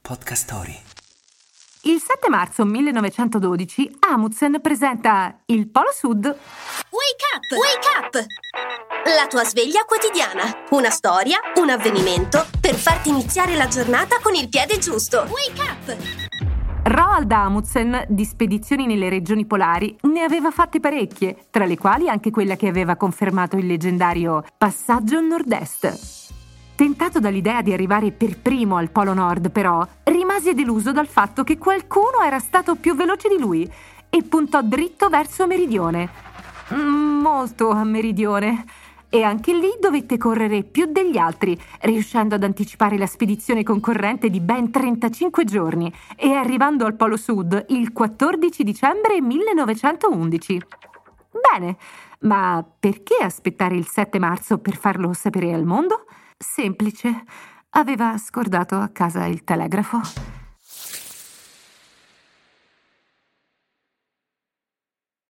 Podcast Story. Il 7 marzo 1912 Amundsen presenta il Polo Sud. Wake up! Wake up! La tua sveglia quotidiana. Una storia, un avvenimento per farti iniziare la giornata con il piede giusto. Wake up! Roald Amundsen di spedizioni nelle regioni polari ne aveva fatte parecchie, tra le quali anche quella che aveva confermato il leggendario Passaggio Nord-Est. Tentato dall'idea di arrivare per primo al Polo Nord, però, rimase deluso dal fatto che qualcuno era stato più veloce di lui e puntò dritto verso Meridione. Molto a Meridione. E anche lì dovette correre più degli altri, riuscendo ad anticipare la spedizione concorrente di ben 35 giorni e arrivando al Polo Sud il 14 dicembre 1911. Bene, ma perché aspettare il 7 marzo per farlo sapere al mondo? Semplice, aveva scordato a casa il telegrafo.